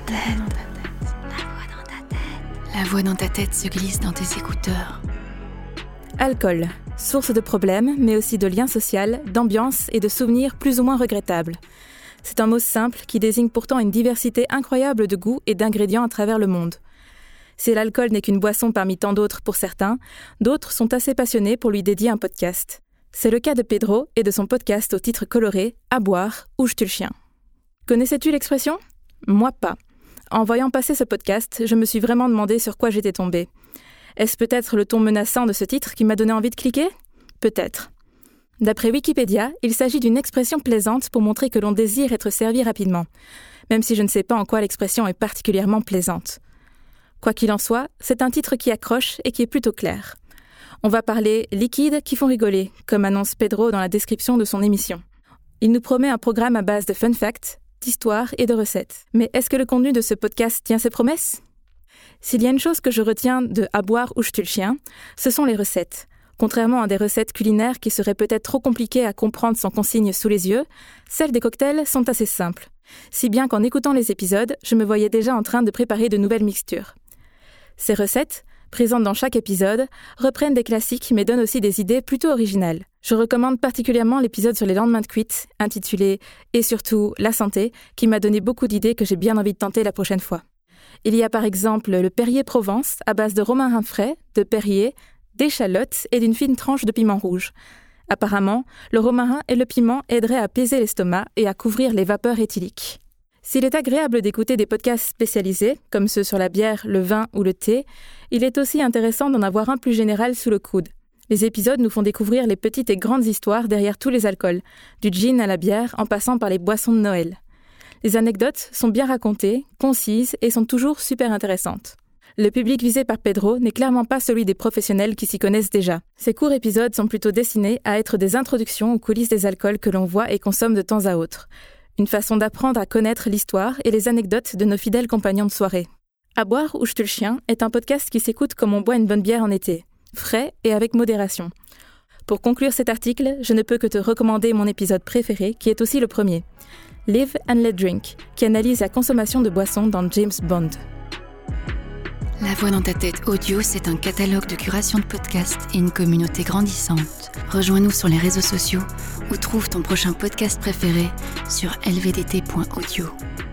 La voix dans ta tête se glisse dans tes écouteurs. Alcool, source de problèmes, mais aussi de liens sociaux, d'ambiance et de souvenirs plus ou moins regrettables. C'est un mot simple qui désigne pourtant une diversité incroyable de goûts et d'ingrédients à travers le monde. Si l'alcool n'est qu'une boisson parmi tant d'autres pour certains, d'autres sont assez passionnés pour lui dédier un podcast. C'est le cas de Pedro et de son podcast au titre coloré « À boire ou je tue le chien ». Connaissais-tu l'expression ? Moi pas. En voyant passer ce podcast, je me suis vraiment demandé sur quoi j'étais tombée. Est-ce peut-être le ton menaçant de ce titre qui m'a donné envie de cliquer ? Peut-être. D'après Wikipédia, il s'agit d'une expression plaisante pour montrer que l'on désire être servi rapidement, même si je ne sais pas en quoi l'expression est particulièrement plaisante. Quoi qu'il en soit, c'est un titre qui accroche et qui est plutôt clair. On va parler liquides qui font rigoler, comme annonce Pedro dans la description de son émission. Il nous promet un programme à base de fun facts, d'histoires et de recettes. Mais est-ce que le contenu de ce podcast tient ses promesses ? S'il y a une chose que je retiens de « À boire ou je tue le chien », ce sont les recettes. Contrairement à des recettes culinaires qui seraient peut-être trop compliquées à comprendre sans consigne sous les yeux, celles des cocktails sont assez simples. Si bien qu'en écoutant les épisodes, je me voyais déjà en train de préparer de nouvelles mixtures. Ces recettes, présentes dans chaque épisode, reprennent des classiques mais donnent aussi des idées plutôt originales. Je recommande particulièrement l'épisode sur les lendemains de cuite, intitulé « Et surtout, la santé », qui m'a donné beaucoup d'idées que j'ai bien envie de tenter la prochaine fois. Il y a par exemple le Perrier Provence à base de romarin frais, de Perrier, d'échalotes et d'une fine tranche de piment rouge. Apparemment, le romarin et le piment aideraient à apaiser l'estomac et à couvrir les vapeurs éthyliques. S'il est agréable d'écouter des podcasts spécialisés, comme ceux sur la bière, le vin ou le thé, il est aussi intéressant d'en avoir un plus général sous le coude. Les épisodes nous font découvrir les petites et grandes histoires derrière tous les alcools, du gin à la bière en passant par les boissons de Noël. Les anecdotes sont bien racontées, concises et sont toujours super intéressantes. Le public visé par Pedro n'est clairement pas celui des professionnels qui s'y connaissent déjà. Ces courts épisodes sont plutôt destinés à être des introductions aux coulisses des alcools que l'on voit et consomme de temps à autre. Une façon d'apprendre à connaître l'histoire et les anecdotes de nos fidèles compagnons de soirée. À boire ou je tue le chien est un podcast qui s'écoute comme on boit une bonne bière en été, frais et avec modération. Pour conclure cet article, je ne peux que te recommander mon épisode préféré, qui est aussi le premier, Live and Let Drink, qui analyse la consommation de boissons dans James Bond. La voix dans ta tête audio, c'est un catalogue de curation de podcasts et une communauté grandissante. Rejoins-nous sur les réseaux sociaux ou trouve ton prochain podcast préféré sur lvdt.audio.